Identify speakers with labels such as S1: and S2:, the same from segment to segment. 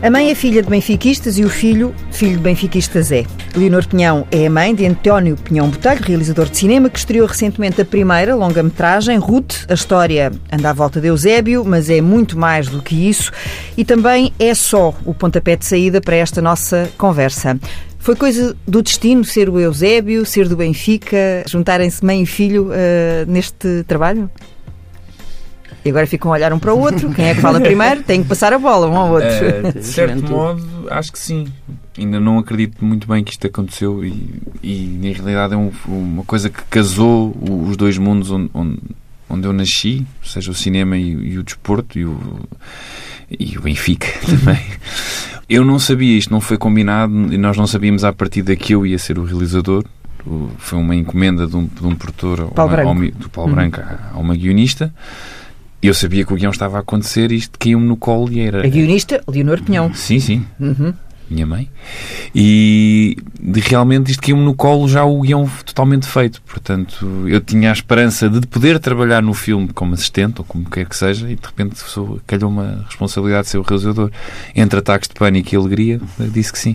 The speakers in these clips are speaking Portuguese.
S1: A mãe é filha de benfiquistas e o filho de benfiquistas é. Leonor Pinhão é a mãe de António Pinhão Botelho, realizador de cinema, que estreou recentemente a primeira longa-metragem, Ruth. A história anda à volta de Eusébio, mas é muito mais do que isso e também é só o pontapé de saída para esta nossa conversa. Foi coisa do destino ser o Eusébio, ser do Benfica, juntarem-se mãe e filho neste trabalho? E agora ficam a olhar um para o outro. Quem é que fala primeiro? Tem que passar a bola um ao outro.
S2: De certo modo, acho que sim. Ainda não acredito muito bem que isto aconteceu e na realidade é uma coisa que casou os dois mundos onde eu nasci, ou seja, o cinema e o desporto e o Benfica também. Eu não sabia, isto não foi combinado e nós não sabíamos à partida que eu ia ser o realizador. Foi uma encomenda de um produtor, do Paulo Branco, a uma guionista. Eu sabia que o guião estava a acontecer e isto caiu-me no colo e era...
S1: A guionista, Leonor Pinhão.
S2: Sim. Uhum. Minha mãe. E realmente isto caiu-me no colo já o guião totalmente feito. Portanto, eu tinha a esperança de poder trabalhar no filme como assistente ou como quer que seja e de repente calhou uma responsabilidade de ser o realizador. Entre ataques de pânico e alegria, disse que sim.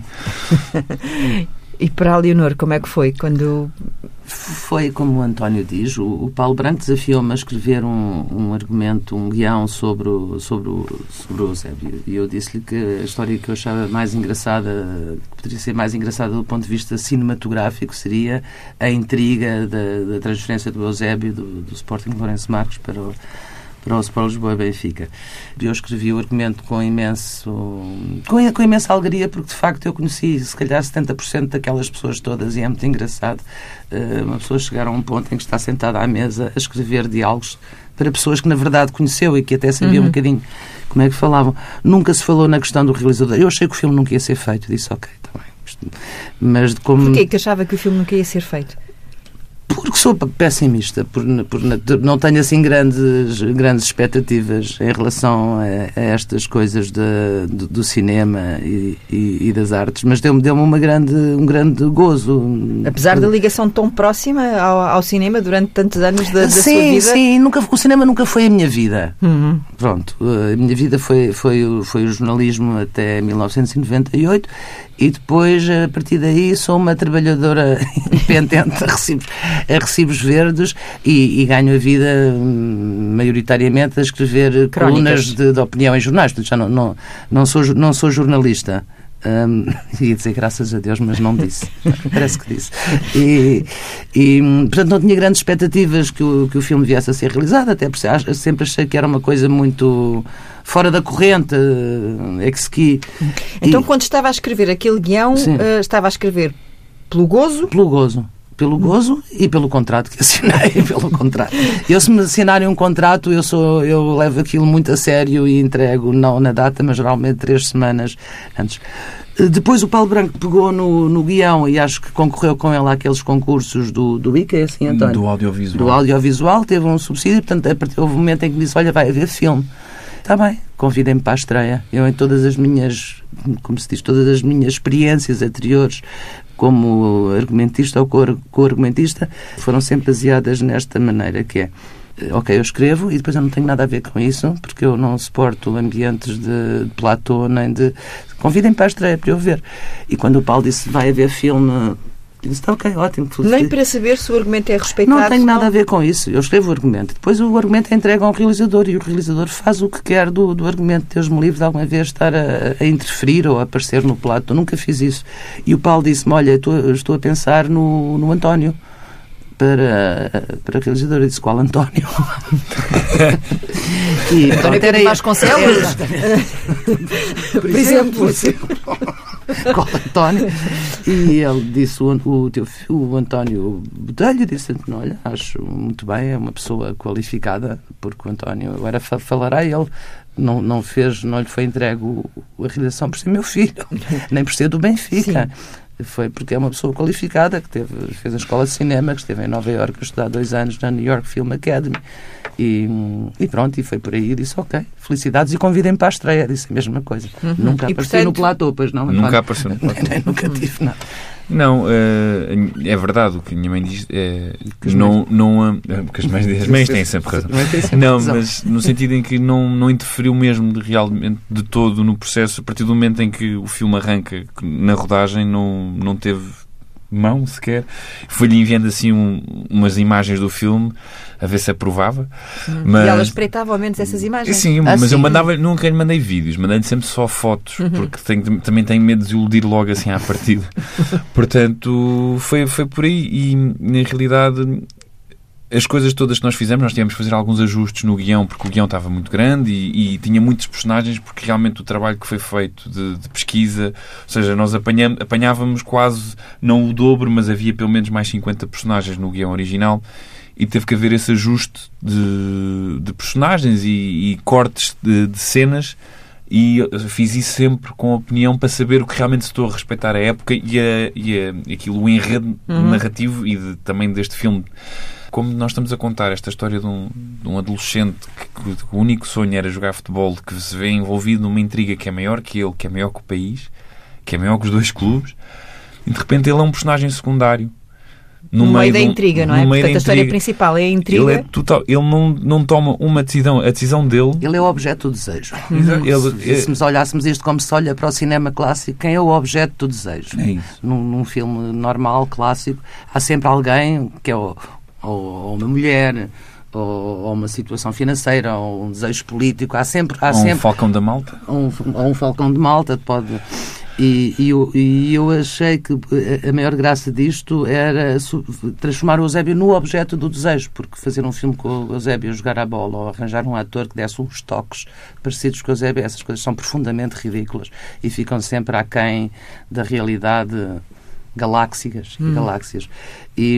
S3: E para a Leonor, como é que foi quando... Foi como o António diz, o Paulo Branco desafiou-me a escrever um argumento, um guião sobre o Eusébio. E eu disse-lhe que a história que eu achava mais engraçada, que poderia ser mais engraçada do ponto de vista cinematográfico, seria a intriga da transferência do Eusébio do Sporting Lourenço Marques para o Lisboa e Benfica. Eu escrevi o argumento com imensa alegria, porque de facto eu conheci se calhar 70% daquelas pessoas todas e é muito engraçado uma pessoa chegar a um ponto em que está sentada à mesa a escrever diálogos para pessoas que na verdade conheceu e que até sabia um bocadinho como é que falavam. Nunca se falou na questão do realizador. Eu achei que o filme nunca ia ser feito. Disse, ok, está bem. Mas como...
S1: Porquê que achava que o filme nunca ia ser feito?
S3: Porque sou pessimista, não tenho assim grandes expectativas em relação a estas coisas do cinema e das artes, mas deu-me um grande gozo.
S1: Apesar da ligação tão próxima ao cinema durante tantos anos da sua vida?
S3: Sim, o cinema nunca foi a minha vida. Pronto, a minha vida foi o jornalismo até 1998 e depois, a partir daí, sou uma trabalhadora independente a recibos verdes e ganho a vida maioritariamente a escrever colunas de opinião em jornais. Portanto, já não sou jornalista. Ia dizer graças a Deus, mas não disse. Parece que disse. E portanto, não tinha grandes expectativas que o filme viesse a ser realizado, até porque sempre achei que era uma coisa muito fora da corrente, exequi.
S1: Então, quando estava a escrever aquele guião, estava a escrever pelo gozo?
S3: Pelo gozo e pelo contrato que assinei. Pelo contrato. Se me assinarem um contrato, eu levo aquilo muito a sério e entrego, não na data, mas geralmente 3 semanas antes. Depois o Paulo Branco pegou no guião e acho que concorreu com ele àqueles concursos do ICA, é assim, António? Do audiovisual, teve um subsídio, portanto, houve um momento em que me disse, olha, vai haver filme. Está bem, convidem-me para a estreia. Eu, em todas as minhas, como se diz, todas as minhas experiências anteriores como argumentista ou co-argumentista foram sempre baseadas nesta maneira, que é, ok, eu escrevo e depois eu não tenho nada a ver com isso, porque eu não suporto ambientes de platô, nem de... Convidem-me para a estreia para eu ver. E quando o Paulo disse, vai haver filme... Eu disse, está ok, ótimo.
S1: Nem para saber se o argumento é respeitado.
S3: Não tenho nada a ver com isso. Eu escrevo o argumento. Depois o argumento é entregue a um realizador e o realizador faz o que quer do argumento. Deus me livre de alguma vez estar a interferir ou a aparecer no plato. Eu nunca fiz isso. E o Paulo disse-me, olha, estou a pensar no António para realizador. Eu disse, qual António?
S1: E António era Vasconcelos? Por exemplo.
S3: Qual António? E ele disse, o António Botelho, disse, olha, acho muito bem, é uma pessoa qualificada, porque o António agora falará, ele não lhe foi entregue a realização por ser meu filho, nem por ser do Benfica. Sim. Foi porque é uma pessoa qualificada que fez a escola de cinema, que esteve em Nova Iorque a estudar 2 anos na New York Film Academy e pronto, e foi por aí e disse ok, felicidades e convidem-me para a estreia. Disse a mesma coisa. Nunca apareci no platô, pois não?
S2: Nunca apareceu no platô.
S3: Nunca tive nada.
S2: Não, é verdade o que a minha mãe diz. Porque as mães têm sempre razão. Não, mas no sentido em que não interferiu mesmo realmente de todo no processo. A partir do momento em que o filme arranca na rodagem, não teve mão sequer. Foi-lhe enviando assim umas imagens do filme a ver se aprovava.
S1: Mas... E ela espreitava ao menos essas imagens?
S2: Sim, mas eu nunca lhe mandei vídeos, mandei-lhe sempre só fotos, porque também tenho medo de desiludir logo assim à partida. Portanto, foi por aí e na realidade as coisas todas que nós fizemos, nós tivemos que fazer alguns ajustes no guião, porque o guião estava muito grande e tinha muitos personagens, porque realmente o trabalho que foi feito de pesquisa, ou seja, nós apanhávamos quase, não o dobro, mas havia pelo menos mais 50 personagens no guião original e teve que haver esse ajuste de personagens e cortes de cenas. E eu fiz isso sempre com opinião para saber o que realmente estou a respeitar a época e aquilo, o enredo narrativo e também deste filme. Como nós estamos a contar esta história de um adolescente que o único sonho era jogar futebol, que se vê envolvido numa intriga que é maior que ele, que é maior que o país, que é maior que os dois clubes, e de repente ele é um personagem secundário.
S1: No meio da intriga, não é? Portanto, a história principal é a intriga.
S2: Ele é total, ele não toma uma decisão, a decisão dele...
S3: Ele é o objeto do desejo. Se nós olhássemos isto como se olha para o cinema clássico, quem é o objeto do desejo?
S2: É isso.
S3: Num filme normal, clássico, há sempre alguém que é ou uma mulher, ou uma situação financeira, ou um desejo político. Há sempre
S2: um Falcão da Malta.
S3: Um Falcão de Malta pode... E eu achei que a maior graça disto era transformar o Eusébio no objeto do desejo, porque fazer um filme com o Eusébio a jogar a bola ou arranjar um ator que desse uns toques parecidos com o Eusébio, essas coisas são profundamente ridículas e ficam sempre aquém da realidade galáxias e galáxias. E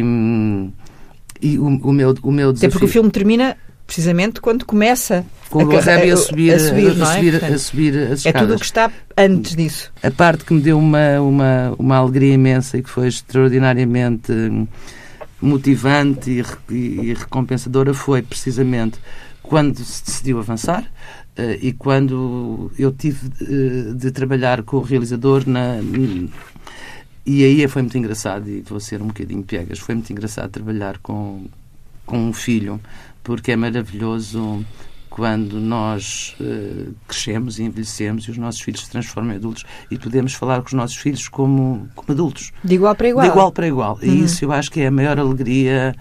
S3: o meu desafio...
S1: Até porque o filme termina precisamente quando começa
S3: com o Eusébio a subir as escadas.
S1: É tudo o que está antes disso.
S3: A parte que me deu uma alegria imensa e que foi extraordinariamente motivante e recompensadora foi precisamente quando se decidiu avançar e quando eu tive de trabalhar com o realizador e aí foi muito engraçado, e vou ser um bocadinho piegas, foi muito engraçado trabalhar com um filho, porque é maravilhoso quando nós crescemos e envelhecemos e os nossos filhos se transformam em adultos e podemos falar com os nossos filhos como adultos.
S1: De igual para igual.
S3: De igual para igual. E isso eu acho que é a maior alegria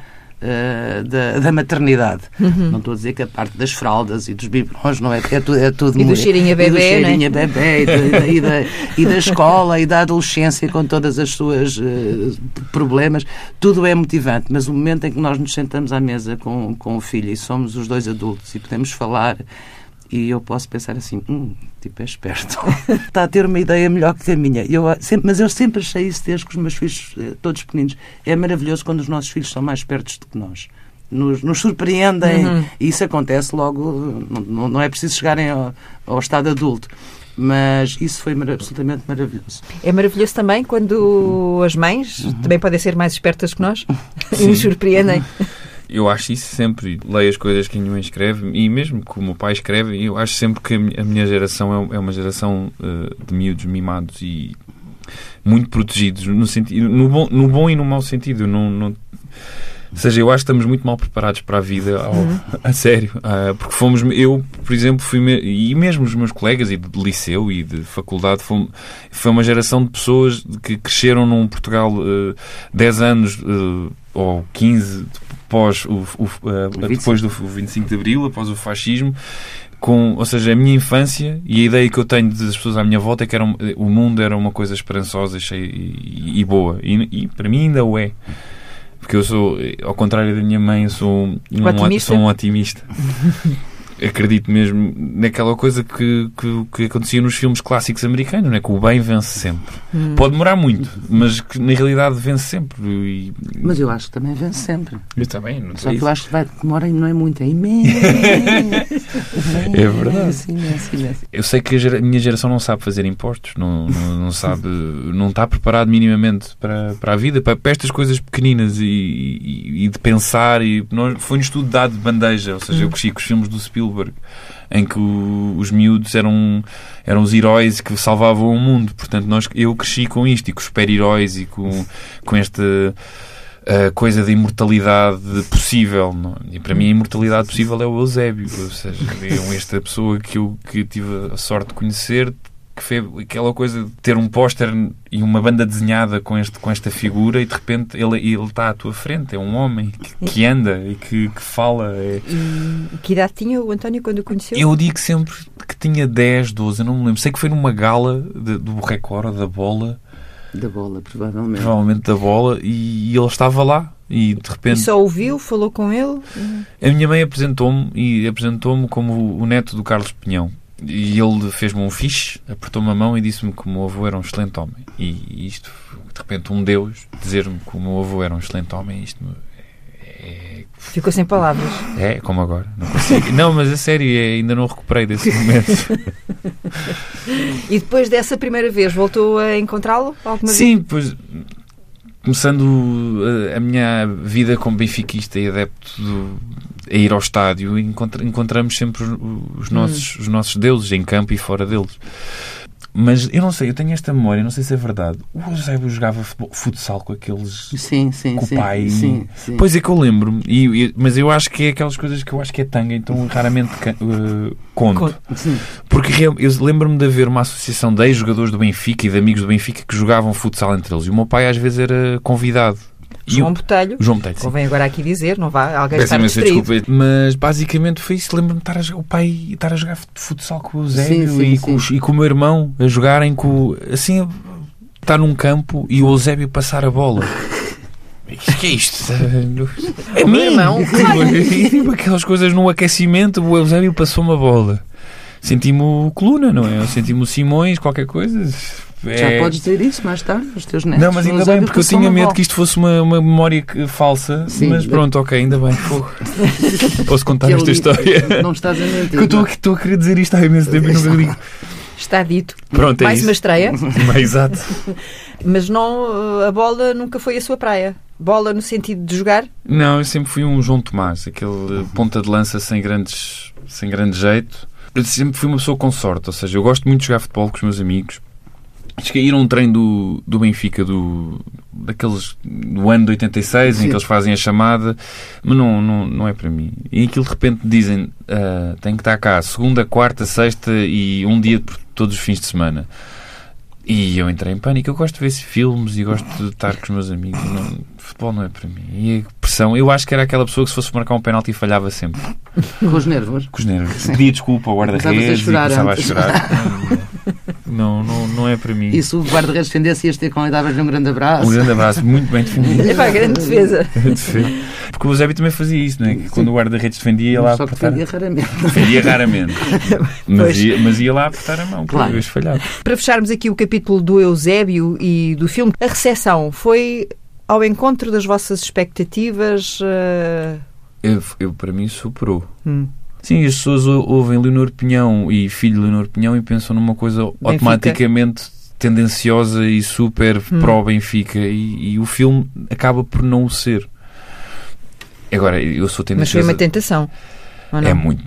S3: da maternidade. Não estou a dizer que a parte das fraldas e dos biberons não é tudo...
S1: E do cheirinho a bebê,
S3: cheirinho a bebê e da escola e da adolescência com todas as suas problemas. Tudo é motivante, mas o momento em que nós nos sentamos à mesa com o filho e somos os dois adultos e podemos falar e eu posso pensar assim, tipo, é esperto. Está a ter uma ideia melhor que a minha. Mas eu sempre achei isso desde que os meus filhos, todos pequeninos. É maravilhoso quando os nossos filhos são mais espertos do que nós. Nos surpreendem. E isso acontece logo. Não é preciso chegarem ao estado adulto. Mas isso foi absolutamente maravilhoso.
S1: É maravilhoso também quando as mães também podem ser mais espertas que nós e nos surpreendem.
S2: Eu acho isso sempre. Leio as coisas que a minha mãe escreve e mesmo que o meu pai escreve, eu acho sempre que a minha geração é uma geração de miúdos mimados e muito protegidos no bom e no mau sentido. Ou seja, eu acho que estamos muito mal preparados para a vida a sério, porque eu, por exemplo, e mesmo os meus colegas e de liceu e de faculdade, foi uma geração de pessoas que cresceram num Portugal 10 anos ou 15 depois do 25 de Abril, após o fascismo, ou seja, a minha infância e a ideia que eu tenho das pessoas à minha volta é que o mundo era uma coisa esperançosa e boa, e para mim ainda o é. Porque eu sou, ao contrário da minha mãe, sou um otimista. Acredito mesmo naquela coisa que acontecia nos filmes clássicos americanos, não é? Que o bem vence sempre. Pode demorar muito, mas que na realidade vence sempre.
S3: Mas eu acho que também vence sempre.
S2: Eu também, não sei.
S3: Só que eu acho que demora não é muito, é imenso.
S2: É verdade.
S3: Imenso.
S2: Eu sei que a minha geração não sabe fazer impostos, não sabe, não está preparado minimamente para a vida, para estas coisas pequeninas e de pensar. Foi-nos tudo dado de bandeja, ou seja, eu cresci com os filmes do Spielberg Spielberg, em que os miúdos eram os heróis que salvavam o mundo. Portanto, eu cresci com isto, e com os super-heróis, e com esta coisa da imortalidade possível. Não? E para mim a imortalidade possível é o Eusébio. Ou seja, é esta pessoa que tive a sorte de conhecer, que fez aquela coisa de ter um póster e uma banda desenhada com esta figura, e de repente ele está à tua frente. É um homem que anda e que fala.
S1: E que idade tinha o António quando o conheceu?
S2: Eu digo sempre que tinha 10, 12, eu não me lembro. Sei que foi numa gala do Record, da Bola.
S3: Da Bola, provavelmente.
S2: Provavelmente da Bola, e ele estava lá. E de repente...
S1: E só ouviu? Falou com ele?
S2: A minha mãe apresentou-me como o neto do Carlos Pinhão. E ele fez-me um fiche, apertou-me a mão e disse-me que o meu avô era um excelente homem. E isto, de repente, um Deus dizer-me que o meu avô era um excelente homem, isto
S1: Ficou sem palavras.
S2: É, como agora. Não consigo. Não, mas a sério, ainda não recuperei desse momento.
S1: E depois dessa primeira vez, voltou a encontrá-lo alguma vez?
S2: Sim, pois... Começando a minha vida como benfiquista e adepto a ir ao estádio, encontramos sempre os nossos deuses em campo e fora deles. Mas eu não sei, eu tenho esta memória, não sei se é verdade. O Eusébio jogava futsal com aqueles...
S3: Sim.
S2: Com o pai.
S3: Sim.
S2: Pois é que eu lembro-me. Mas eu acho que é aquelas coisas que eu acho que é tanga, então raramente conto. Porque eu lembro-me de haver uma associação de ex-jogadores do Benfica e de amigos do Benfica que jogavam futsal entre eles. E o meu pai às vezes era convidado.
S1: João Botelho.
S2: Convém
S1: agora aqui dizer, não vá, alguém está distraído.
S2: Desculpa, mas basicamente foi isso. Lembro-me de o pai estar a jogar futsal com o Eusébio e com o meu irmão a jogarem assim, estar num campo e o Eusébio passar a bola. O que é isto? É
S1: o meu irmão.
S2: E aquelas coisas no aquecimento, o Eusébio passou uma bola. Senti-me o Coluna, não é? Eu senti-me o Simões, qualquer coisa.
S3: Já podes dizer isso mais tarde, os teus netos.
S2: Não, mas ainda bem, porque eu tinha medo que isto fosse uma memória falsa. Sim, mas pronto, ok, ainda bem. Posso contar esta história?
S3: Não estás a mentir.
S2: Estou a querer dizer isto há imenso tempo e nunca digo.
S1: Está dito.
S2: Pronto, é
S1: mais
S2: isso.
S1: Uma estreia.
S2: Exato.
S1: Mas a bola nunca foi a sua praia? Bola no sentido de jogar?
S2: Não, eu sempre fui um João Tomás, aquele ponta de lança sem grande jeito. Eu sempre fui uma pessoa com sorte, ou seja, eu gosto muito de jogar futebol com os meus amigos. Cheguei a ir a um treino do Benfica daqueles do ano de 86, em que eles fazem a chamada, mas não é para mim. E aquilo de repente dizem tem que estar cá segunda, quarta, sexta e um dia por todos os fins de semana. E eu entrei em pânico. Eu gosto de ver filmes e gosto de estar com os meus amigos. Futebol não é para mim. E a pressão, eu acho que era aquela pessoa que se fosse marcar um penalti falhava sempre.
S3: Com os nervos?
S2: Com os nervos. Pedia desculpa ao guarda-redes e começava a chorar. Não é para mim.
S3: E se o guarda-redes defendesse, ias ter com ele, davas-lhe um grande abraço.
S2: Um grande abraço, muito bem defendido.
S1: É para a grande defesa.
S2: Porque o Eusébio também fazia isso, não é? Que quando o guarda-redes defendia, ia lá
S3: só que defendia raramente.
S2: Defendia raramente. Mas ia lá apertar a mão, claro. Às vezes falhava.
S1: Para fecharmos aqui o capítulo do Eusébio e do filme, a recepção foi ao encontro das vossas expectativas?
S2: Para mim, superou. Sim, as pessoas ouvem Leonor Pinhão e filho de Leonor Pinhão e pensam numa coisa Benfica. Automaticamente tendenciosa e super pró-Benfica e o filme acaba por não o ser. Agora, eu sou tendenciosa...
S1: Mas foi uma tentação, ou não?
S2: É muito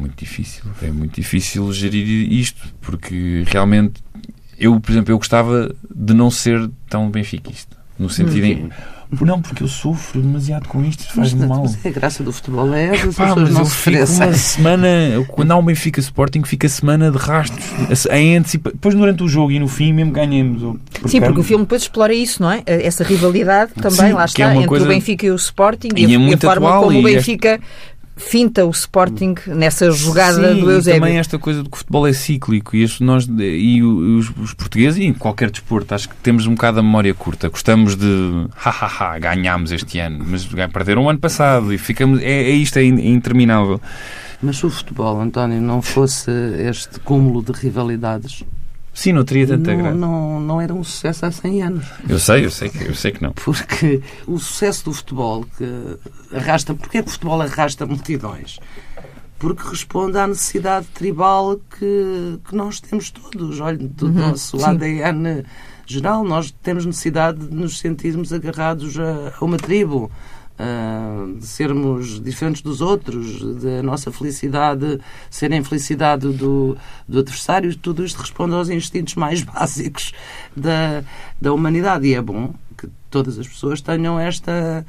S2: difícil gerir isto, porque realmente por exemplo, eu gostava de não ser tão benfiquista, no sentido não, porque eu sofro demasiado com isto, faz-me mal.
S3: Mas a graça do futebol é as pessoas não se
S2: uma semana, quando há um Benfica Sporting, fica semana de rastros depois durante o jogo e no fim mesmo ganhamos.
S1: Sim, porque o filme depois explora isso, não é? Essa rivalidade também, lá está, entre o Benfica e o Sporting e a forma como o Benfica finta o Sporting nessa jogada do Eusébio.
S2: E também esta coisa de que o futebol é cíclico e os portugueses, e em qualquer desporto, acho que temos um bocado a memória curta. Gostamos de ganhámos este ano, mas perderam o ano passado e ficamos. Isto é interminável.
S3: Mas se o futebol, António, não fosse este cúmulo de rivalidades,
S2: sim, não teria tanta graça.
S3: Não era um sucesso há 100 anos.
S2: Eu sei que não.
S3: Porque o sucesso do futebol Porque é que o futebol arrasta multidões? Porque responde à necessidade tribal que nós temos todos. Olha, do nosso ADN geral, nós temos necessidade de nos sentirmos agarrados a uma tribo. de sermos diferentes dos outros, da nossa felicidade serem felicidade do adversário, tudo isto responde aos instintos mais básicos da humanidade. E é bom que todas as pessoas tenham esta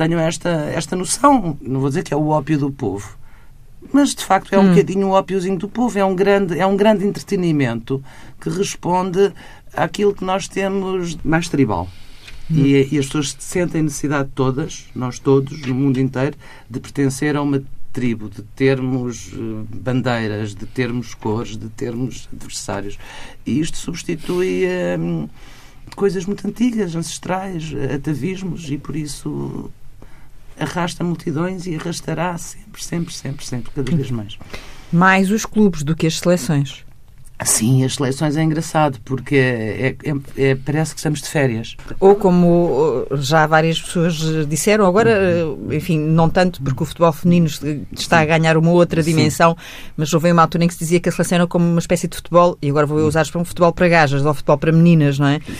S3: noção. Não vou dizer que é o ópio do povo, mas de facto é um bocadinho o ópiozinho do povo. É um grande entretenimento que responde àquilo que nós temos mais tribal. E as pessoas sentem necessidade nós todos, no mundo inteiro, de pertencer a uma tribo, de termos bandeiras, de termos cores, de termos adversários. E isto substitui coisas muito antigas, ancestrais, atavismos, e por isso arrasta multidões e arrastará sempre, cada vez mais.
S1: Mais os clubes do que as seleções.
S3: Sim, as seleções é engraçado, porque parece que estamos de férias.
S1: Ou como já várias pessoas disseram, agora, enfim, não tanto porque o futebol feminino está a ganhar uma outra dimensão, mas houve uma altura em que se dizia que a seleção era como uma espécie de futebol, e agora vou usar para um futebol para gajas, ou futebol para meninas, não é?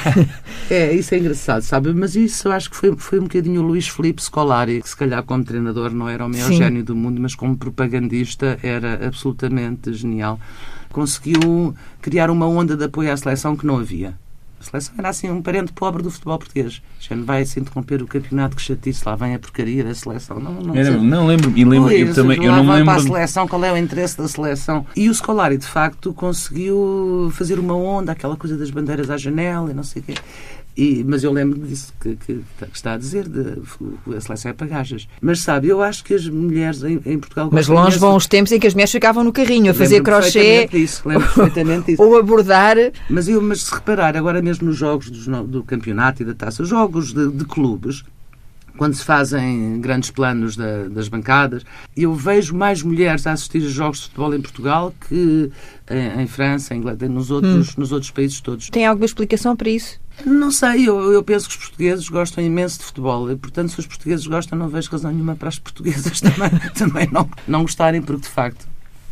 S3: Isso é engraçado, sabe? Mas isso eu acho que foi um bocadinho o Luís Filipe Scolari, que se calhar como treinador não era o maior gênio do mundo, mas como propagandista era absolutamente genial. Conseguiu criar uma onda de apoio à seleção que não havia. A seleção era assim um parente pobre do futebol português. Já não vai assim interromper o campeonato, que chatice, lá vem a porcaria da seleção.
S2: Não lembro. E lembro, eu não lembro.
S3: Para a seleção, qual é o interesse da seleção? E o Scolari, de facto, conseguiu fazer uma onda, aquela coisa das bandeiras à janela e não sei o quê. Mas eu lembro disso que está a dizer, a seleção é para gajas. Mas sabe, eu acho que as mulheres em Portugal...
S1: Mas longe vão os tempos em que as mulheres ficavam no carrinho a fazer crochê
S3: lembro perfeitamente disso.
S1: Ou a bordar.
S3: Mas se reparar, agora mesmo nos jogos do campeonato e da taça, jogos de clubes, quando se fazem grandes planos das bancadas, eu vejo mais mulheres a assistir a jogos de futebol em Portugal que em França, em Inglaterra, nos outros países todos.
S1: Tem alguma explicação para isso?
S3: Não sei, eu penso que os portugueses gostam imenso de futebol e, portanto, se os portugueses gostam, não vejo razão nenhuma para as portuguesas também não gostarem, porque, de facto,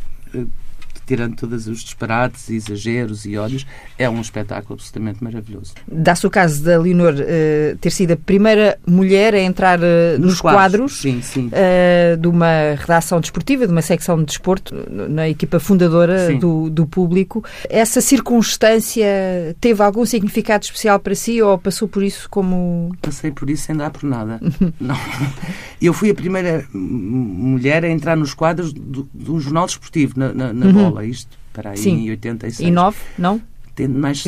S3: tirando todos os disparates, exageros e ódios, é um espetáculo absolutamente maravilhoso.
S1: Dá-se o caso da Leonor ter sido a primeira mulher a entrar nos quadros
S3: sim.
S1: De uma redação desportiva, de uma secção de desporto, na equipa fundadora do Público. Essa circunstância teve algum significado especial para si ou passou por isso como...
S3: Passei por isso sem dar por nada. Não. Eu fui a primeira mulher a entrar nos quadros de um jornal desportivo, na bola. Isto, para aí, em 86.
S1: E 9, não?
S3: Mais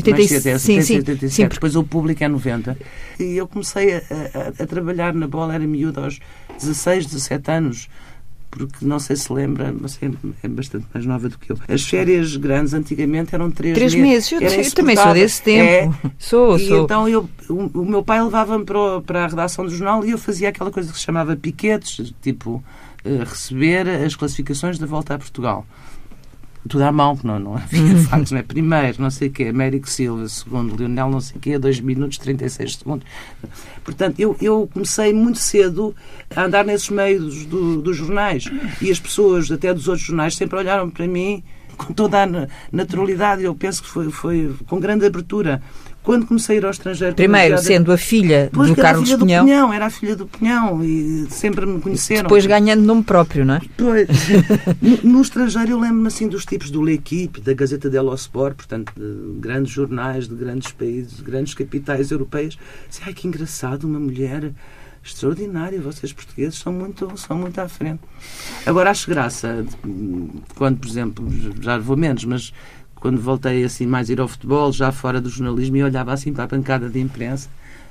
S3: 87. Depois o Público é 90. E eu comecei a trabalhar na bola, era miúda aos 16, 17 anos, porque não sei se lembra, mas é bastante mais nova do que eu. As férias grandes antigamente eram 3 meses.
S1: Eu também sou desse tempo. Sou.
S3: Então o meu pai levava-me para a redação do jornal e eu fazia aquela coisa que se chamava piquetes, tipo receber as classificações da volta a Portugal. Tudo à mão, não havia factos, não é? Primeiro, não sei o quê, Américo Silva, segundo, Lionel, não sei o quê, 2 minutos, 36 segundos. Portanto, eu comecei muito cedo a andar nesses meios dos jornais e as pessoas, até dos outros jornais, sempre olharam para mim com toda a naturalidade. Eu penso que foi com grande abertura. Quando comecei a ir ao estrangeiro...
S1: Primeiro, sendo a filha do Carlos Pinhão.
S3: Era a filha do Pinhão e sempre me conheceram.
S1: Depois ganhando nome próprio, não é?
S3: Pois. No estrangeiro eu lembro-me assim dos tipos do L'Equipe, da Gazeta dello Sport, portanto, de grandes jornais, de grandes países, de grandes capitais europeias. Ai, que engraçado, uma mulher extraordinária, vocês portugueses são muito à frente. Agora acho graça, quando, por exemplo, já vou menos, mas... Quando voltei assim mais a ir ao futebol, já fora do jornalismo, e olhava assim para a bancada de imprensa,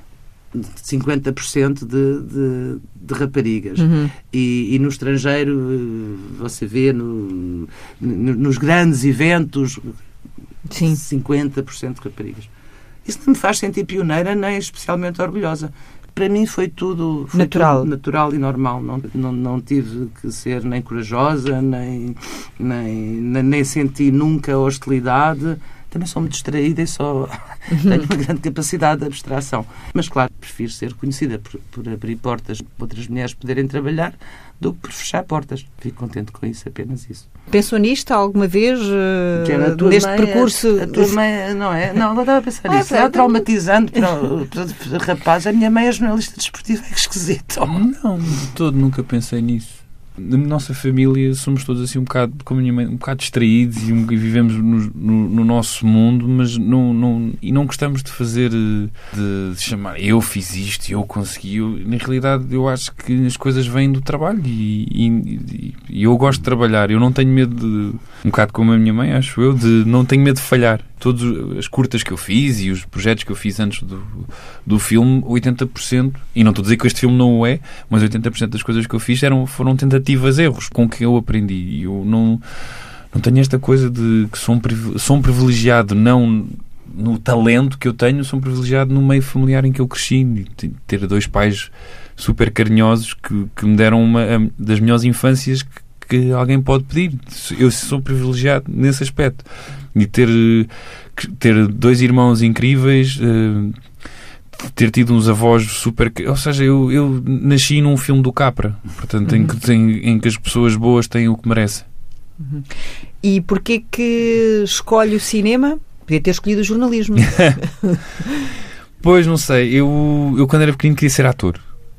S3: 50% de raparigas. E no estrangeiro, você vê nos grandes eventos, 50% de raparigas. Isso não me faz sentir pioneira, nem especialmente orgulhosa. Para mim foi tudo natural e normal. Não tive que ser nem corajosa, nem senti nunca hostilidade, também sou muito distraída e só tenho uma grande capacidade de abstração. Mas, claro, prefiro ser conhecida por abrir portas para outras mulheres poderem trabalhar do que por fechar portas. Fico contente com isso, apenas isso.
S1: Pensou nisto alguma vez, neste percurso?
S3: A tua mãe, não é? Não estava a pensar nisso. É traumatizante para rapaz. A minha mãe é jornalista desportiva, é esquisito.
S2: Não, de todo nunca pensei nisso. Na nossa família somos todos assim um bocado, como a minha mãe, um bocado distraídos e vivemos no nosso mundo, mas não gostamos de fazer, de chamar eu fiz isto, eu consegui. Na realidade, eu acho que as coisas vêm do trabalho e eu gosto de trabalhar. Eu não tenho medo de, um bocado como a minha mãe, acho eu, não tenho medo de falhar. Todas as curtas que eu fiz e os projetos que eu fiz antes do filme, 80%, e não estou a dizer que este filme não o é, mas 80% das coisas que eu fiz foram tentativas, erros, com que eu aprendi. E eu não tenho esta coisa de que sou um privilegiado, não no talento que eu tenho, sou um privilegiado no meio familiar em que eu cresci, e ter 2 pais super carinhosos que me deram uma das melhores infâncias que alguém pode pedir. Eu sou privilegiado nesse aspecto. E ter 2 irmãos incríveis, ter tido uns avós super... Ou seja, eu nasci num filme do Capra, portanto, em que as pessoas boas têm o que merecem.
S1: E porquê que escolhe o cinema? Podia ter escolhido o jornalismo.
S2: Pois, não sei. Eu quando era pequeno queria ser ator.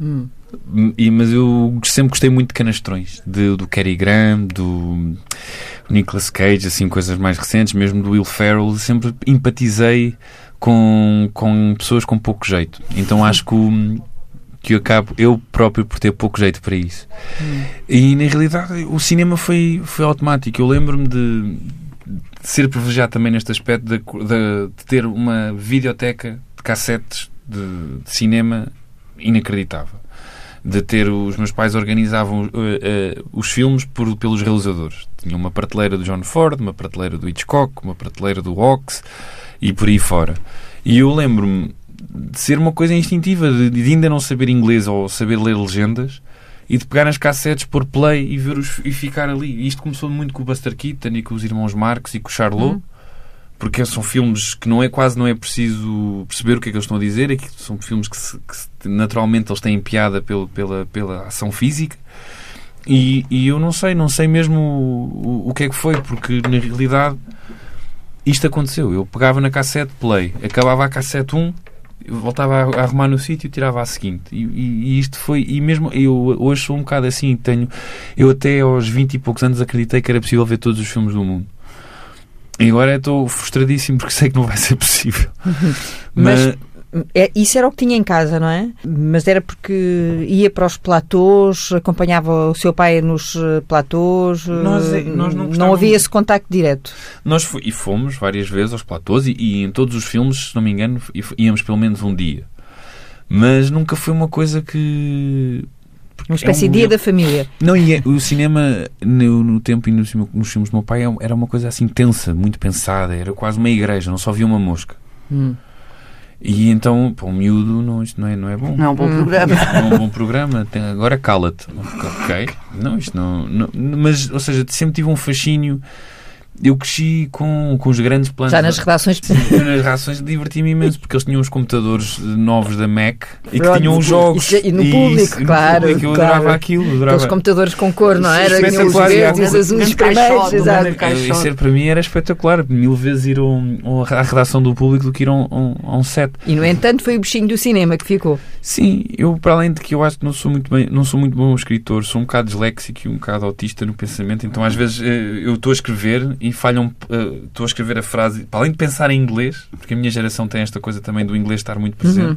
S2: Mas eu sempre gostei muito de canastrões, do Cary Grant, do Nicolas Cage, assim, coisas mais recentes, mesmo do Will Ferrell. Sempre empatizei com pessoas com pouco jeito. Então acho que eu acabo eu próprio por ter pouco jeito para isso. E na realidade o cinema foi automático. Eu lembro-me de ser privilegiado também neste aspecto de ter uma videoteca de cassetes de cinema inacreditável. Os meus pais organizavam os filmes pelos realizadores. Tinha uma prateleira do John Ford, uma prateleira do Hitchcock, uma prateleira do Hawks e por aí fora. E eu lembro-me de ser uma coisa instintiva, de ainda não saber inglês ou saber ler legendas, e de pegar nas cassetes, pôr play e ficar ali. E isto começou muito com o Buster Keaton e com os irmãos Marx e com o Charlot, porque são filmes que quase não é preciso perceber o que é que eles estão a dizer, é que são filmes que naturalmente eles têm piada pela ação física, e eu não sei mesmo o que é que foi, porque na realidade isto aconteceu. Eu pegava na cassete play, acabava a cassete 1, eu voltava a arrumar no sítio e tirava a seguinte, e isto foi, e mesmo eu hoje sou um bocado assim, eu até aos 20 e poucos anos acreditei que era possível ver todos os filmes do mundo. E agora estou frustradíssimo porque sei que não vai ser possível.
S1: Mas isso era o que tinha em casa, não é? Mas era porque ia para os platôs, acompanhava o seu pai nos platôs, nós não havia esse contacto direto.
S2: Nós fomos várias vezes aos platôs e em todos os filmes, se não me engano, íamos pelo menos um dia. Mas nunca foi uma coisa que...
S1: Uma espécie de dia da família.
S2: Não, e o cinema, no tempo e nos filmes do meu pai, era uma coisa assim tensa, muito pensada. Era quase uma igreja, não só havia uma mosca. E então, para um miúdo, isto não é bom.
S3: Não é um bom programa.
S2: Não é um bom programa. Agora cala-te. Ok. Não, isto não... Mas, ou seja, sempre tive um fascínio. Eu cresci com os grandes planos.
S1: Já nas redações.
S2: Nas redações diverti-me imenso, porque eles tinham os computadores novos da Mac e que tinham os jogos.
S1: E no público, claro.
S2: No público, eu adorava aquilo.
S1: Aqueles computadores com cor, não era? Tinham os verdes, os azuis, os primeiros.
S2: Isso para mim era espetacular. 1000 vezes ir à redação do Público do que ir a um set.
S1: E, no entanto, foi o bichinho do cinema que ficou.
S2: Sim, eu, para além de que eu acho que não sou muito bom escritor, sou um bocado disléxico e um bocado autista no pensamento, então às vezes eu estou a escrever e falham, estou a escrever a frase, para além de pensar em inglês, porque a minha geração tem esta coisa também do inglês estar muito presente,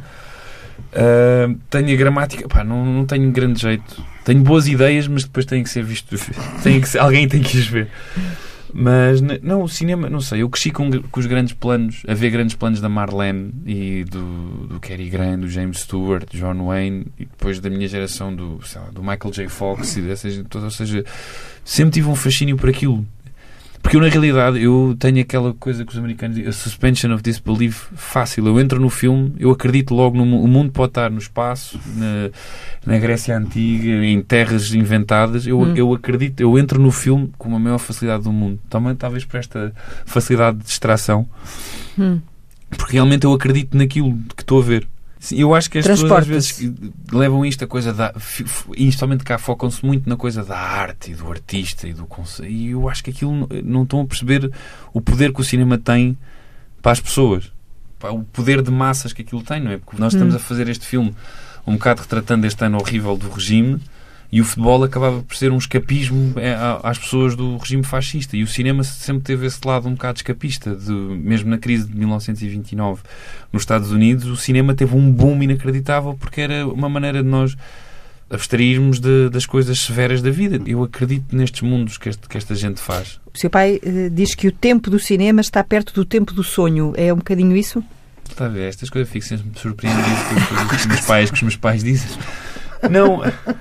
S2: tenho a gramática, não tenho grande jeito. Tenho boas ideias, mas depois têm que ser vistos. Alguém tem que as ver. Mas, não, o cinema, não sei, eu cresci com os grandes planos, a ver grandes planos da Marlene e do Cary Grant, do James Stewart, do John Wayne, e depois da minha geração do Michael J. Fox, ou seja, sempre tive um fascínio por aquilo. Porque eu, na realidade, eu tenho aquela coisa que os americanos dizem, a suspension of disbelief fácil. Eu entro no filme, eu acredito logo o mundo pode estar no espaço, na Grécia Antiga, em terras inventadas. Eu acredito, eu entro no filme com a maior facilidade do mundo. Também, talvez por esta facilidade de distração. Porque realmente eu acredito naquilo que estou a ver. Eu acho que as pessoas às vezes levam isto a coisa da... E somente cá focam-se muito na coisa da arte e do artista e do conceito. E eu acho que aquilo não estão a perceber o poder que o cinema tem para as pessoas. O poder de massas que aquilo tem, não é? Porque nós estamos a fazer este filme um bocado retratando este ano horrível do regime, e o futebol acabava por ser um escapismo às pessoas do regime fascista. E o cinema sempre teve esse lado um bocado escapista. Mesmo na crise de 1929 nos Estados Unidos, o cinema teve um boom inacreditável porque era uma maneira de nós abstrairmos das coisas severas da vida. Eu acredito nestes mundos que esta gente faz.
S1: O seu pai diz que o tempo do cinema está perto do tempo do sonho. É um bocadinho isso?
S2: Está a ver, estas coisas fico sempre surpreendido com que os meus pais dizem. Não...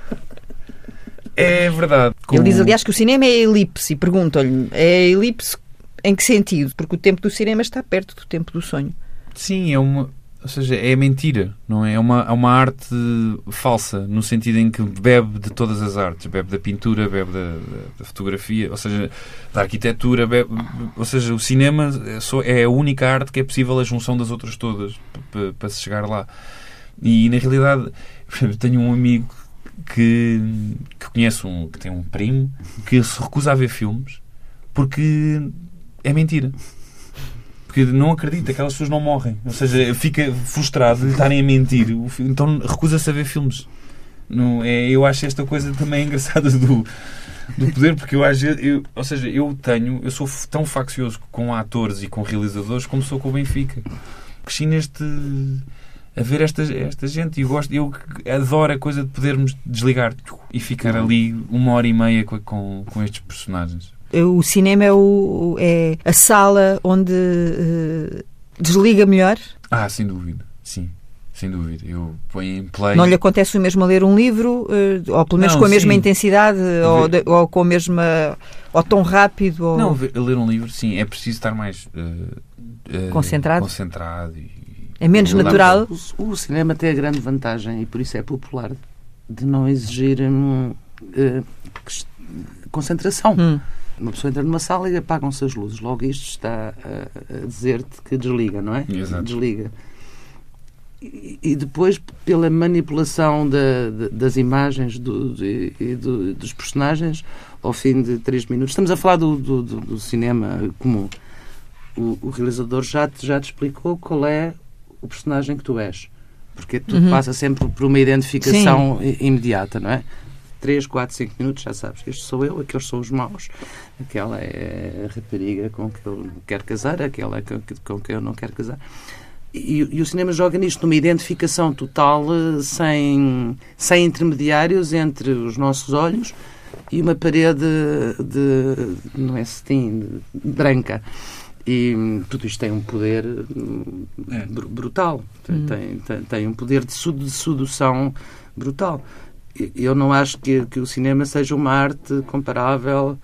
S2: É verdade.
S1: Ele diz, aliás, que o cinema é a elipse, e perguntam-lhe, é a elipse em que sentido? Porque o tempo do cinema está perto do tempo do sonho.
S2: Sim, ou seja, é mentira, não é? É uma arte falsa, no sentido em que bebe de todas as artes, bebe da pintura, bebe da fotografia, ou seja, da arquitetura, ou seja, o cinema é a única arte que é possível a junção das outras todas para se chegar lá. E, na realidade, tenho um amigo que conhece que tem um primo que se recusa a ver filmes porque é mentira, porque não acredita, aquelas pessoas não morrem, ou seja, fica frustrado de estarem a mentir, então recusa-se a ver filmes. Não, eu acho esta coisa também engraçada do poder, porque ou seja, eu sou tão faccioso com atores e com realizadores como sou com o Benfica. Cresci a ver esta gente, e eu adoro a coisa de podermos desligar e ficar ali 1h30 com estes personagens.
S1: O cinema é a sala onde desliga melhor?
S2: Sem dúvida, sim, sem dúvida. Eu ponho em play.
S1: Não lhe acontece o mesmo a ler um livro, ou pelo menos com a mesma intensidade, ou com a mesma, ou tão rápido? Ou...
S2: Não, a ler um livro, sim, é preciso estar mais
S1: concentrado
S2: e
S1: é menos natural.
S3: O cinema tem a grande vantagem, e por isso é popular, de não exigir concentração. Uma pessoa entra numa sala e apagam-se as luzes. Logo isto está a dizer-te que desliga, não é?
S2: Exato.
S3: Desliga. E depois, pela manipulação das imagens dos personagens, ao fim de 3 minutos... Estamos a falar do cinema comum. O realizador já te explicou qual é o personagem que tu és. Porque tu passa sempre por uma identificação imediata, não é? 3, 4, 5 minutos, já sabes. Este sou eu, aqueles são os maus. Aquela é a rapariga com que eu quero casar, aquela com que eu não quero casar. E o cinema joga nisto, numa identificação total, sem intermediários entre os nossos olhos e uma parede não é cetim, branca. E tudo isto tem um poder brutal. Tem um poder de sedução brutal. Eu não acho que o cinema seja uma arte comparável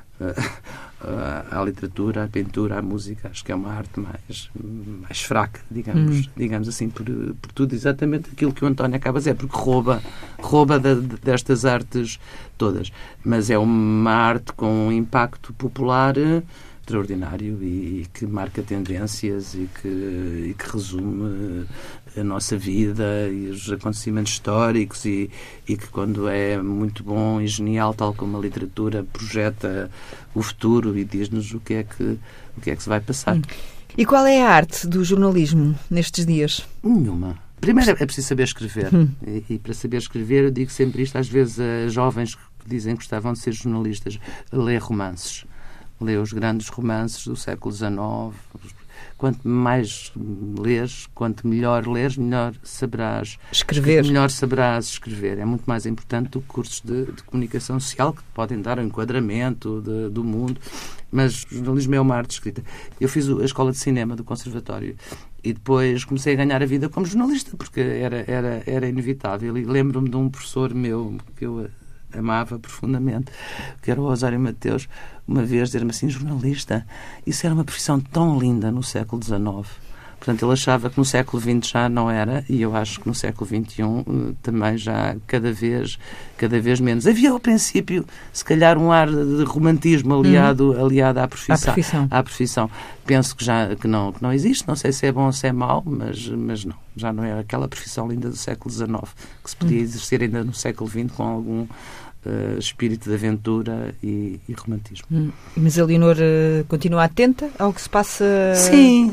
S3: à literatura, à pintura, à música. Acho que é uma arte mais fraca, digamos assim, por tudo exatamente aquilo que o António acaba a dizer, porque rouba destas artes todas. Mas é uma arte com um impacto popular extraordinário e que marca tendências e que resume a nossa vida e os acontecimentos históricos e que, quando é muito bom e genial, tal como a literatura, projeta o futuro e diz-nos o que é que se vai passar.
S1: E qual é a arte do jornalismo nestes dias?
S3: Nenhuma. Primeiro é preciso saber escrever. E para saber escrever, eu digo sempre isto, às vezes, a jovens que dizem que gostavam de ser jornalistas, ler romances. Lê os grandes romances do século XIX. Quanto mais lês, quanto melhor lês, melhor saberás
S1: escrever.
S3: Melhor saberás escrever. É muito mais importante do que cursos de comunicação social, que podem dar um enquadramento do mundo. Mas o jornalismo é uma arte escrita. Eu fiz a escola de cinema do Conservatório e depois comecei a ganhar a vida como jornalista, porque era inevitável. E lembro-me de um professor meu, que eu amava profundamente, que era o Osório Mateus, uma vez dizer-me assim: jornalista, isso era uma profissão tão linda no século XIX. Portanto, ele achava que no século XX já não era, e eu acho que no século XXI também já cada vez menos. Havia, ao princípio, se calhar um ar de romantismo aliado à profissão. Penso que não existe, não sei se é bom ou se é mau, mas não. Já não é aquela profissão linda do século XIX, que se podia exercer ainda no século XX com algum espírito de aventura e romantismo.
S1: Mas a Leonor continua atenta ao que se passa?
S3: Sim.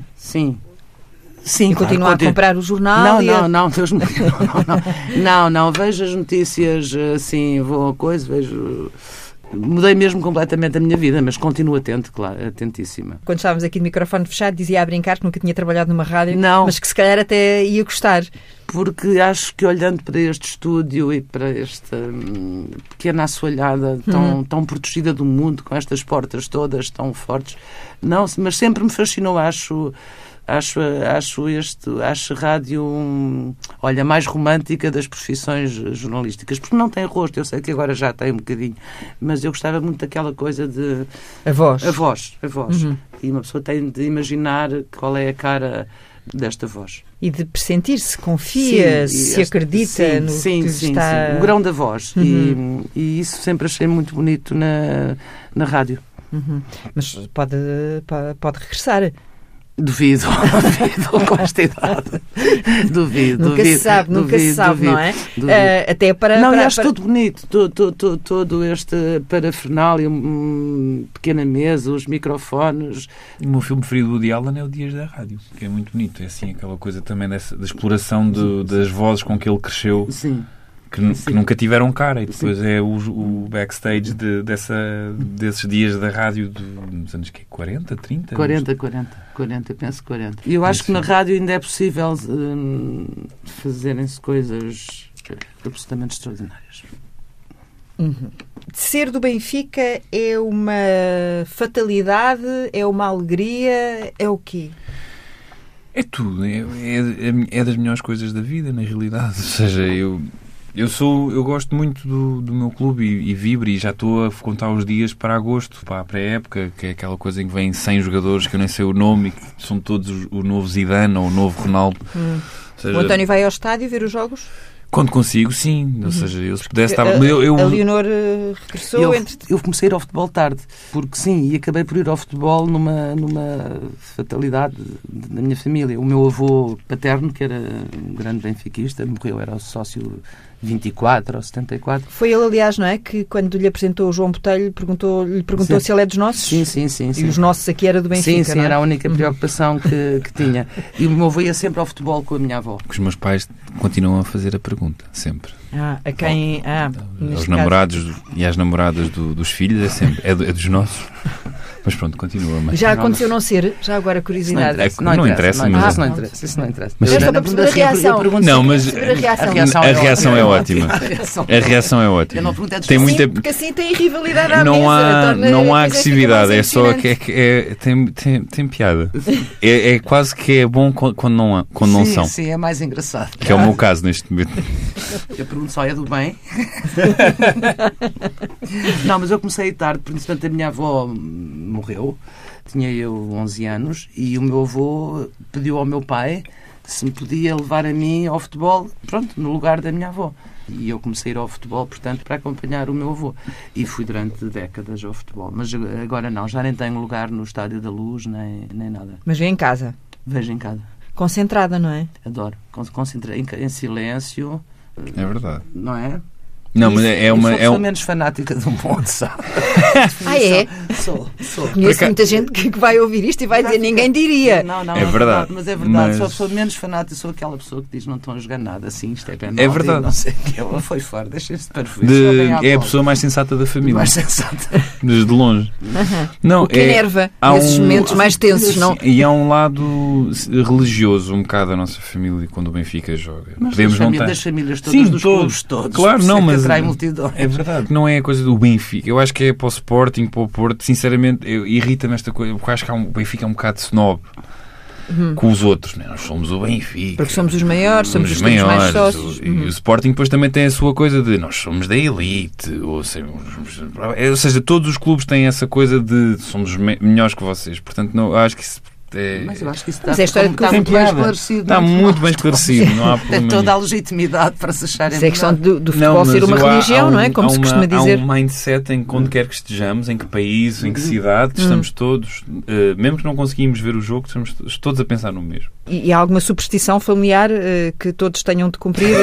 S1: E continua a comprar o jornal?
S3: Não, Deus me não, vejo as notícias assim, vou a coisa, vejo... Mudei mesmo completamente a minha vida, mas continuo atento, claro, atentíssima.
S1: Quando estávamos aqui de microfone fechado, dizia a brincar que nunca tinha trabalhado numa rádio,
S3: não,
S1: mas que se calhar até ia gostar.
S3: Porque acho que olhando para este estúdio e para esta pequena assoalhada tão protegida do mundo, com estas portas todas tão fortes, não, mas sempre me fascinou, acho a rádio, mais romântica das profissões jornalísticas, porque não tem rosto, eu sei que agora já tem um bocadinho, mas eu gostava muito daquela coisa de...
S1: A voz.
S3: E uma pessoa tem de imaginar qual é a cara desta voz.
S1: E de pressentir se confia, se acredita no que está...
S3: Sim, o grão da voz. E isso sempre achei muito bonito na rádio.
S1: Mas pode regressar.
S3: Duvido com esta idade. Duvido.
S1: Nunca se sabe, não é? Até para...
S3: Não, eu acho tudo bonito. Todo este parafernália, pequena mesa, os microfones.
S2: O meu filme preferido do Woody Allen é o Dias da Rádio, que é muito bonito. É assim, aquela coisa também da exploração das vozes com que ele cresceu.
S3: Sim.
S2: Que nunca tiveram cara, e depois é o backstage desses dias da rádio dos anos 40, 30?
S3: 40, penso 40. E eu acho que na rádio ainda é possível fazerem-se coisas absolutamente extraordinárias.
S1: Ser do Benfica é uma fatalidade, é uma alegria, é o quê?
S2: É tudo, é das melhores coisas da vida, na realidade. Ou seja, eu gosto muito do meu clube e vibro, e já estou a contar os dias para agosto, para a pré-época, que é aquela coisa em que vêm 100 jogadores que eu nem sei o nome e que são todos o novo Zidane ou o novo Ronaldo.
S1: Ou seja, o António vai ao estádio ver os jogos?
S2: Quando consigo, sim. Ou seja, eu se pudesse estar...
S1: A Leonor regressou...
S3: Eu comecei a ir ao futebol tarde, porque sim, e acabei por ir ao futebol numa fatalidade da minha família. O meu avô paterno, que era um grande benfiquista, morreu, era o sócio 24 ou 74.
S1: Foi ele, aliás, não é? Que quando lhe apresentou o João Botelho, lhe perguntou se ele é dos nossos?
S3: Sim.
S1: E os nossos aqui era do Benfica,
S3: Sim,
S1: não é?
S3: era a única preocupação que tinha. E o meu avô ia sempre ao futebol com a minha avó.
S2: Os meus pais continuam a fazer a pergunta, sempre.
S1: A quem?
S2: Aos namorados e às namoradas dos filhos, é sempre, é dos nossos. Mas pronto, continua. Mas...
S1: Já aconteceu não ser? Já agora curiosidade.
S2: Não interessa.
S3: Isso não interessa.
S1: Mas só para perceber a reação.
S2: Não, mas a reação é ótima. A reação é ótima.
S3: Eu não perguntei
S2: tem muita...
S1: porque assim tem rivalidade à
S2: mesa. Não há agressividade, é só que tem piada. É quase que é bom quando não são.
S3: Sim, é mais engraçado.
S2: Que é o meu caso neste momento.
S3: Eu pergunto só, é do bem? Não, mas eu comecei tarde, porque a minha avó morreu, tinha eu 11 anos, e o meu avô pediu ao meu pai se me podia levar a mim ao futebol, no lugar da minha avó. E eu comecei a ir ao futebol, portanto, para acompanhar o meu avô. E fui durante décadas ao futebol. Mas agora não, já nem tenho lugar no Estádio da Luz, nem nada.
S1: Mas vem em casa?
S3: Vejo em casa.
S1: Concentrada, não é?
S3: Adoro. Concentrada em silêncio.
S2: É verdade.
S3: Não é?
S2: Não, mas é uma...
S3: Eu sou menos fanática do mundo, sabe?
S1: É?
S3: Sou.
S1: Conheço muita gente que vai ouvir isto e vai dizer, ninguém diria.
S3: Não,
S2: é verdade.
S3: Mas é verdade, sou a pessoa menos fanática, sou aquela pessoa que diz, não estão a jogar nada, assim, isto é bem mal.
S2: É verdade.
S3: Não sei o que ela foi fora, deixem-se para ver.
S2: É a pessoa mais sensata da família.
S3: Mais sensata.
S2: Desde longe.
S1: Não, o que enerva nesses momentos mais tensos, não?
S2: E há um lado religioso, um bocado da nossa família, quando o Benfica joga.
S3: Mas das famílias todas,
S2: sim,
S3: dos clubes todos.
S2: Claro, não, mas...
S3: atrai multidões.
S2: É verdade. Não é a coisa do Benfica. Eu acho que é para o Sporting, para o Porto. Sinceramente, irrita-me esta coisa. Porque acho que o Benfica é um bocado snob. com os outros. Né? Nós somos o Benfica.
S1: Porque somos os maiores, somos os mais sócios.
S2: E o Sporting depois também tem a sua coisa de nós somos da elite. Ou seja, todos os clubes têm essa coisa de somos melhores que vocês. Portanto, não, acho que isso...
S3: Mas eu acho que isso
S1: está
S3: muito bem esclarecido.
S2: Está muito bem esclarecido, não há problema.
S3: Tem toda a legitimidade para se acharem.
S1: Isso é questão do futebol ser uma religião, não é? Como se costuma dizer.
S2: Há um mindset em que onde quer que estejamos, em que país, em que cidade, estamos todos, mesmo que não conseguimos ver o jogo, estamos todos a pensar no mesmo.
S1: E há alguma superstição familiar que todos tenham de cumprir?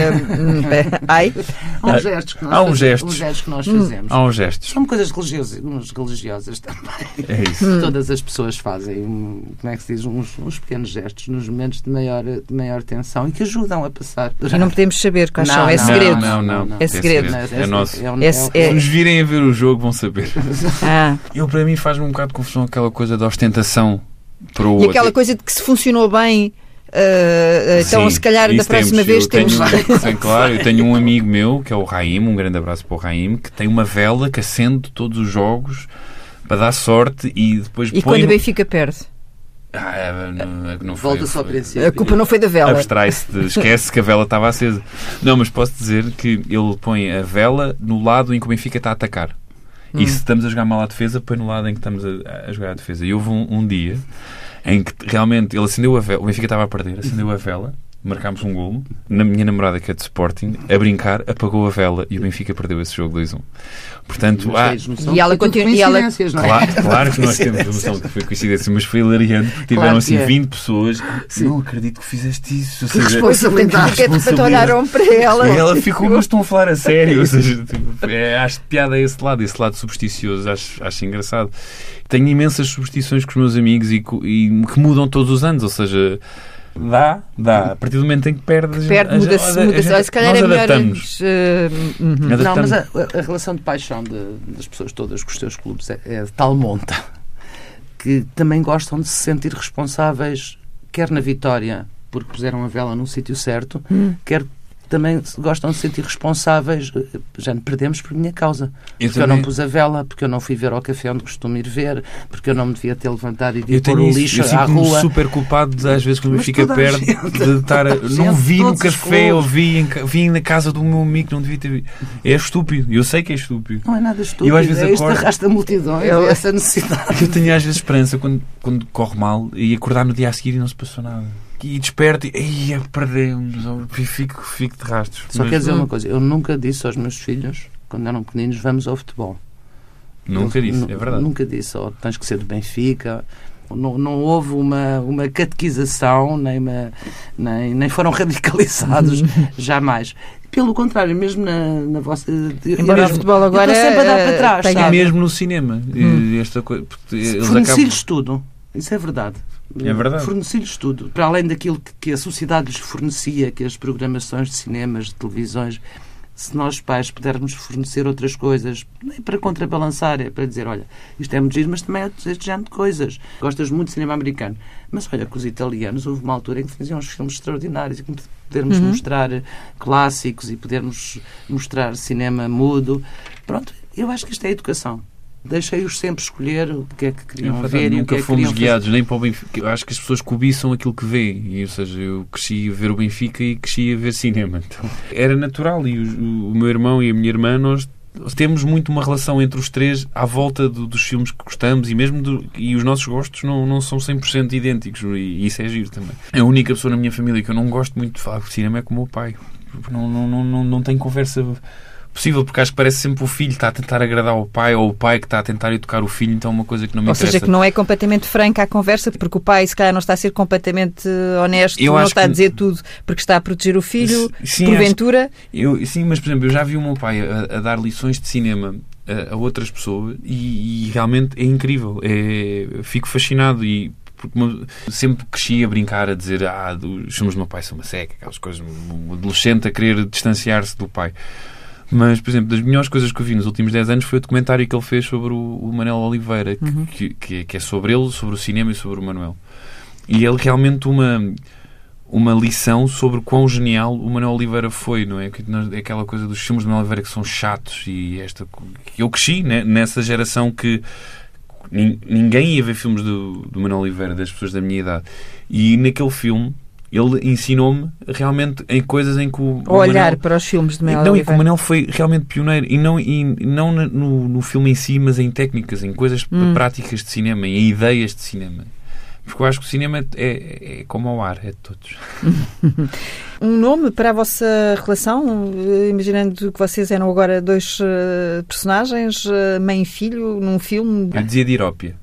S3: Há uns gestos que nós fazemos.
S2: Há uns gestos.
S3: São coisas religiosas também.
S2: É isso.
S3: Todas as pessoas fazem, como é que se diz, uns pequenos gestos nos momentos de maior tensão e que ajudam a passar.
S1: E não podemos saber quais são. É segredo.
S2: Não.
S1: É segredo.
S2: É nosso.
S1: Se
S2: nos virem a ver o jogo, vão saber. Para mim, faz-me um bocado de confusão aquela coisa da ostentação.
S1: E aquela coisa de que se funcionou bem, então se calhar da próxima vez temos...
S2: Claro, eu tenho um amigo meu, que é o Raim, um grande abraço para o Raim, que tem uma vela que acende todos os jogos para dar sorte e depois põe...
S1: E quando o Benfica perde?
S2: Não foi,
S3: volta só ao princípio.
S1: A culpa não foi da vela.
S2: Abstrai-se, esquece que a vela estava acesa. Não, mas posso dizer que ele põe a vela no lado em que o Benfica está a atacar. E se estamos a jogar mal à defesa, põe no lado em que estamos a jogar à defesa. E houve um dia em que realmente ele acendeu a vela, o Benfica estava a perder, acendeu a vela, marcámos um golo, na minha namorada que é de Sporting, a brincar, apagou a vela e o Benfica perdeu esse jogo 2-1. Portanto,
S1: e ela continua.
S2: Claro que nós temos a noção que foi coincidência, mas foi hilariante porque tiveram assim 20 pessoas.
S3: Sim.
S2: Não acredito que fizeste isso.
S1: Que responsabilidade. Olharam para ela.
S2: E ela ficou, mas estão a falar a sério. Ou seja, acho esse lado supersticioso, acho engraçado. Tenho imensas superstições com os meus amigos e que mudam todos os anos, ou seja, dá. A partir do momento em que perdes...
S1: muda-se. Se calhar é melhor...
S3: Não, mas a relação de paixão das pessoas todas com os seus clubes é de tal monta que também gostam de se sentir responsáveis, quer na vitória, porque puseram a vela num sítio certo, quer também gostam de se sentir responsáveis. Já perdemos por minha causa. Porque eu não pus a vela, porque eu não fui ver ao café onde costumo ir ver, porque eu não me devia ter levantado e de ir pôr o lixo à rua. Eu sinto-me
S2: super culpado de, às vezes, quando me fica perto de estar... Não vi no café, ou vi na casa do meu amigo, não devia ter visto. É estúpido. Eu sei que é estúpido.
S3: Não é nada estúpido. Eu, às vezes, este arrasta multidões, essa necessidade.
S2: Eu tenho, às vezes, esperança quando corre mal e acordar no dia a seguir e não se passou nada. E desperto e perdemos, fico de rastros.
S3: Só quer dizer uma coisa, eu nunca disse aos meus filhos, quando eram pequeninos, vamos ao futebol.
S2: Nunca disse, é verdade.
S3: Nunca disse, tens que ser do Benfica. Não houve uma catequização, nem foram radicalizados, jamais. Pelo contrário, mesmo na vossa...
S1: Embora o futebol agora
S3: estou sempre a dar para trás, sabe?
S2: Mesmo no cinema. Esta coisa,
S3: forneci-lhes tudo. Isso é verdade.
S2: É verdade.
S3: Forneci-lhes tudo. Para além daquilo que a sociedade lhes fornecia, que as programações de cinemas, de televisões, se nós pais pudermos fornecer outras coisas, nem para contrabalançar, é para dizer, olha, isto é muito giro, mas também é este género de coisas. Gostas muito de cinema americano. Mas olha, com os italianos houve uma altura em que faziam uns filmes extraordinários e que podermos mostrar clássicos e podermos mostrar cinema mudo. Pronto, eu acho que isto é educação. Deixei-os sempre escolher o que é que queriam ver e o que é que queriam
S2: fomos guiados nem para o Benfica. Eu acho que as pessoas cobiçam aquilo que vêem. Ou seja, eu cresci a ver o Benfica e cresci a ver cinema. Então, era natural. E o meu irmão e a minha irmã, nós temos muito uma relação entre os três à volta dos filmes que gostamos e os nossos gostos não são 100% idênticos. E isso é giro também. A única pessoa na minha família que eu não gosto muito de falar de cinema é com o meu pai. Não tenho conversa possível, porque acho que parece sempre o filho que está a tentar agradar ao pai ou o pai que está a tentar educar o filho, então é uma coisa que não me interessa.
S1: Ou seja, que não é completamente franca a conversa, porque o pai se calhar não está a ser completamente honesto, não está a dizer tudo porque está a proteger o filho, porventura.
S2: Sim, mas por exemplo, eu já vi o meu pai a dar lições de cinema a outras pessoas e realmente é incrível. Fico fascinado e porque sempre cresci a brincar, a dizer os filmes do meu pai são uma seca, aquelas coisas, um adolescente a querer distanciar-se do pai. Mas, por exemplo, das melhores coisas que eu vi nos últimos 10 anos foi o documentário que ele fez sobre o Manuel Oliveira, que é sobre ele, sobre o cinema e sobre o Manuel. E ele realmente uma lição sobre quão genial o Manuel Oliveira foi, não é? É aquela coisa dos filmes do Manuel Oliveira que são chatos e que eu cresci, né, nessa geração que ninguém ia ver filmes do Manuel Oliveira, das pessoas da minha idade. E naquele filme ele ensinou-me realmente em coisas em que o
S1: olhar
S2: Manuel,
S1: para os filmes de Manuel
S2: Oliveira.
S1: Oliveira.
S2: E que o Manuel foi realmente pioneiro. E não no filme em si, mas em técnicas, em coisas práticas de cinema, em ideias de cinema. Porque eu acho que o cinema é como ao ar, é de todos.
S1: Um nome para a vossa relação, imaginando que vocês eram agora 2 personagens, mãe e filho, num filme?
S2: Eu dizia Dirópia.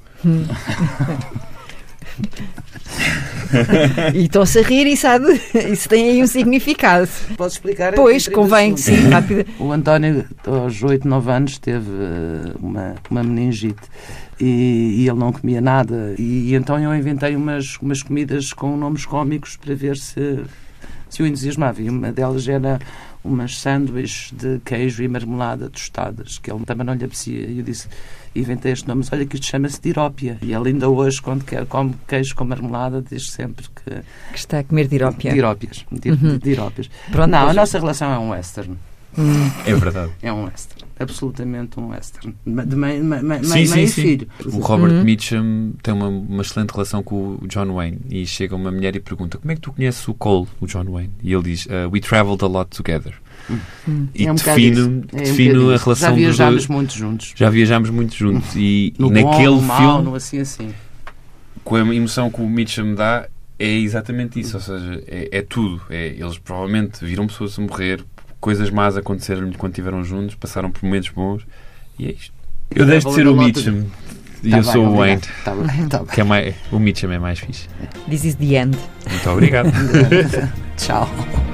S1: E estão-se a rir, isso tem aí um significado.
S3: Posso explicar?
S1: Pois, convém, sim, rápido.
S3: O António, aos 8, 9 anos, teve uma meningite e ele não comia nada. E então eu inventei umas comidas com nomes cómicos para ver se o entusiasmava. E uma delas era umas sanduíches de queijo e marmelada tostadas, que ele também não lhe aprecia. E eu disse, inventei este nome, mas olha que isto chama-se dirópia. E ele ainda hoje, quando come queijo com marmelada, diz sempre que
S1: está a comer dirópia.
S3: Dirópias. Dirópias.
S1: Pronto,
S3: não, a nossa relação é um western.
S2: É verdade.
S3: É um western. Absolutamente um western. De mãe
S2: sim.
S3: e filho.
S2: O Robert Mitchum tem uma excelente relação com o John Wayne. E chega uma mulher e pergunta: como é que tu conheces o Cole, o John Wayne? E ele diz: we traveled a lot together. E defino a relação dos dois.
S3: Já viajámos muito juntos.
S2: Já viajámos muito juntos. E
S3: no
S2: naquele
S3: bom, no
S2: filme,
S3: mau, no assim.
S2: Com a emoção que o Mitchum dá, é exatamente isso. Ou seja, é tudo. Eles provavelmente viram pessoas a morrer, coisas más aconteceram quando estiveram juntos, passaram por momentos bons, e é isto. Eu deixo de ser o Mitchum e eu sou o Wayne.
S3: Tá bem.
S2: Que o Mitchum é mais fixe.
S1: This is the end.
S2: Muito obrigado.
S3: Tchau.